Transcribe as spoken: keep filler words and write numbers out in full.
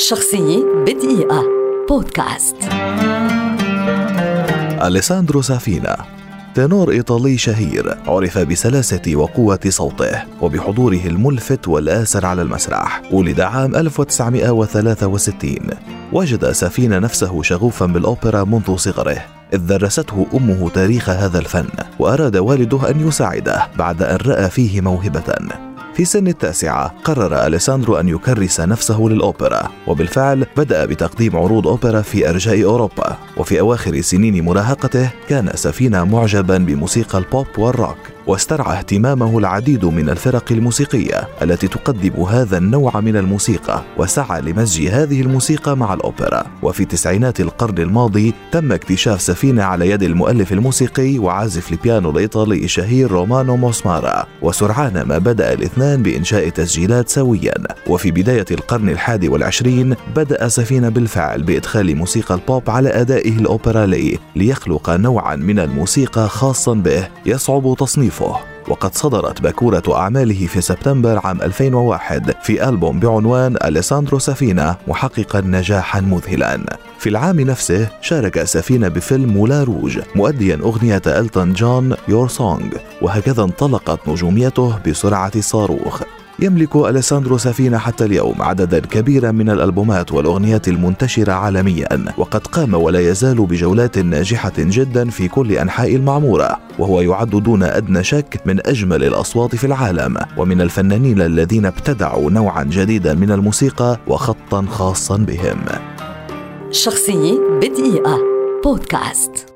شخصية بدقيقة بودكاست. أليساندرو سافينا تنور إيطالي شهير، عرف بسلاسة وقوة صوته وبحضوره الملفت والآسر على المسرح. ولد عام ألف وتسعمائة وثلاثة وستين. وجد سافينا نفسه شغوفا بالأوبرا منذ صغره، إذ درسته أمه تاريخ هذا الفن، وأراد والده أن يساعده بعد أن رأى فيه موهبة. في سن التاسعة قرر أليساندرو أن يكرس نفسه للأوبرا، وبالفعل بدأ بتقديم عروض أوبرا في أرجاء أوروبا. وفي أواخر سنين مراهقته كان سافينا معجبا بموسيقى البوب والروك، واسترعى اهتمامه العديد من الفرق الموسيقية التي تقدم هذا النوع من الموسيقى، وسعى لمزج هذه الموسيقى مع الأوبرا. وفي تسعينات القرن الماضي تم اكتشاف سافينا على يد المؤلف الموسيقي وعازف البيانو الإيطالي الشهير رومانو موسمارا، وسرعان ما بدأ الاثنان بإنشاء تسجيلات سويا. وفي بداية القرن الحادي والعشرين بدأ سافينا بالفعل بإدخال موسيقى البوب على أدائه الأوبرالي، ليخلق نوعا من الموسيقى خاصا به يصعب تصنيفه. وقد صدرت باكورة أعماله في سبتمبر عام ألفين وواحد في ألبوم بعنوان أليساندرو سافينا، محققا نجاحا مذهلا. في العام نفسه شارك سافينا بفيلم مولا روج، مؤديا أغنية إلتون جون يور سونغ، وهكذا انطلقت نجوميته بسرعة الصاروخ. يملك أليساندرو سافينا حتى اليوم عددا كبيرا من الألبومات والأغنيات المنتشرة عالميا، وقد قام ولا يزال بجولات ناجحة جدا في كل أنحاء المعمورة، وهو يعد دون أدنى شك من أجمل الأصوات في العالم، ومن الفنانين الذين ابتدعوا نوعا جديدا من الموسيقى وخطا خاصا بهم. شخصية بدقيقة بودكاست.